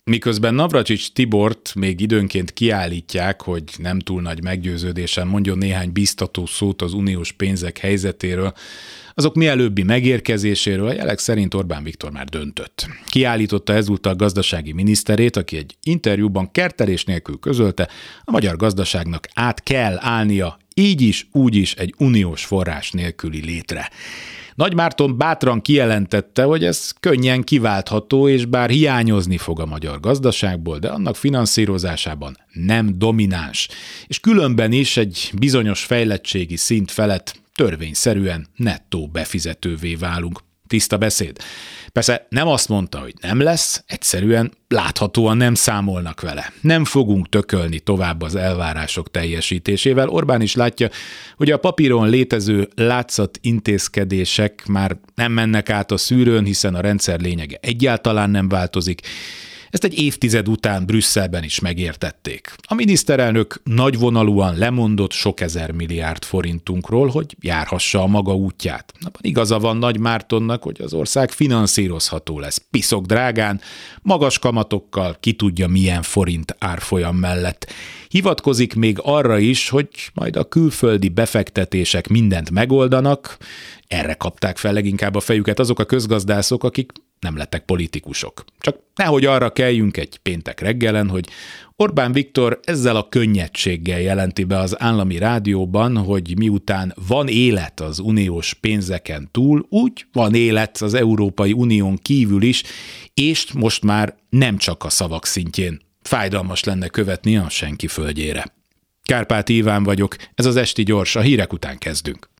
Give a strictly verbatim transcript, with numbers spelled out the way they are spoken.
Miközben Navracsics Tibort még időnként kiállítják, hogy nem túl nagy meggyőződésen mondjon néhány biztató szót az uniós pénzek helyzetéről, azok mielőbbi megérkezéséről a jelek szerint Orbán Viktor már döntött. Kiállította ezúttal gazdasági miniszterét, aki egy interjúban kertelés nélkül közölte, a magyar gazdaságnak át kell állnia, így is, úgy is egy uniós forrás nélküli létre. Nagy Márton bátran kijelentette, hogy ez könnyen kiváltható, és bár hiányozni fog a magyar gazdaságból, de annak finanszírozásában nem domináns. És különben is egy bizonyos fejlettségi szint felett törvényszerűen nettó befizetővé válunk. Tiszta beszéd. Persze nem azt mondta, hogy nem lesz, egyszerűen láthatóan nem számolnak vele. Nem fogunk tökölni tovább az elvárások teljesítésével. Orbán is látja, hogy a papíron létező látszat intézkedések már nem mennek át a szűrőn, hiszen a rendszer lényege egyáltalán nem változik. Ezt egy évtized után Brüsszelben is megértették. A miniszterelnök nagyvonalúan lemondott sok ezer milliárd forintunkról, hogy járhassa a maga útját. Abban igaza van Nagy Mártonnak, hogy az ország finanszírozható lesz piszok drágán, magas kamatokkal, ki tudja milyen forint árfolyam mellett. Hivatkozik még arra is, hogy majd a külföldi befektetések mindent megoldanak. Erre kapták fel leginkább a fejüket azok a közgazdászok, akik nem lettek politikusok. Csak nehogy arra kelljünk egy péntek reggelen, hogy Orbán Viktor ezzel a könnyedséggel jelenti be az állami rádióban, hogy miután van élet az uniós pénzeken túl, úgy van élet az Európai Unión kívül is, és most már nem csak a szavak szintjén. Fájdalmas lenne követni a senki földjére. Kárpáti Iván vagyok, ez az Esti Gyors, a hírek után kezdünk.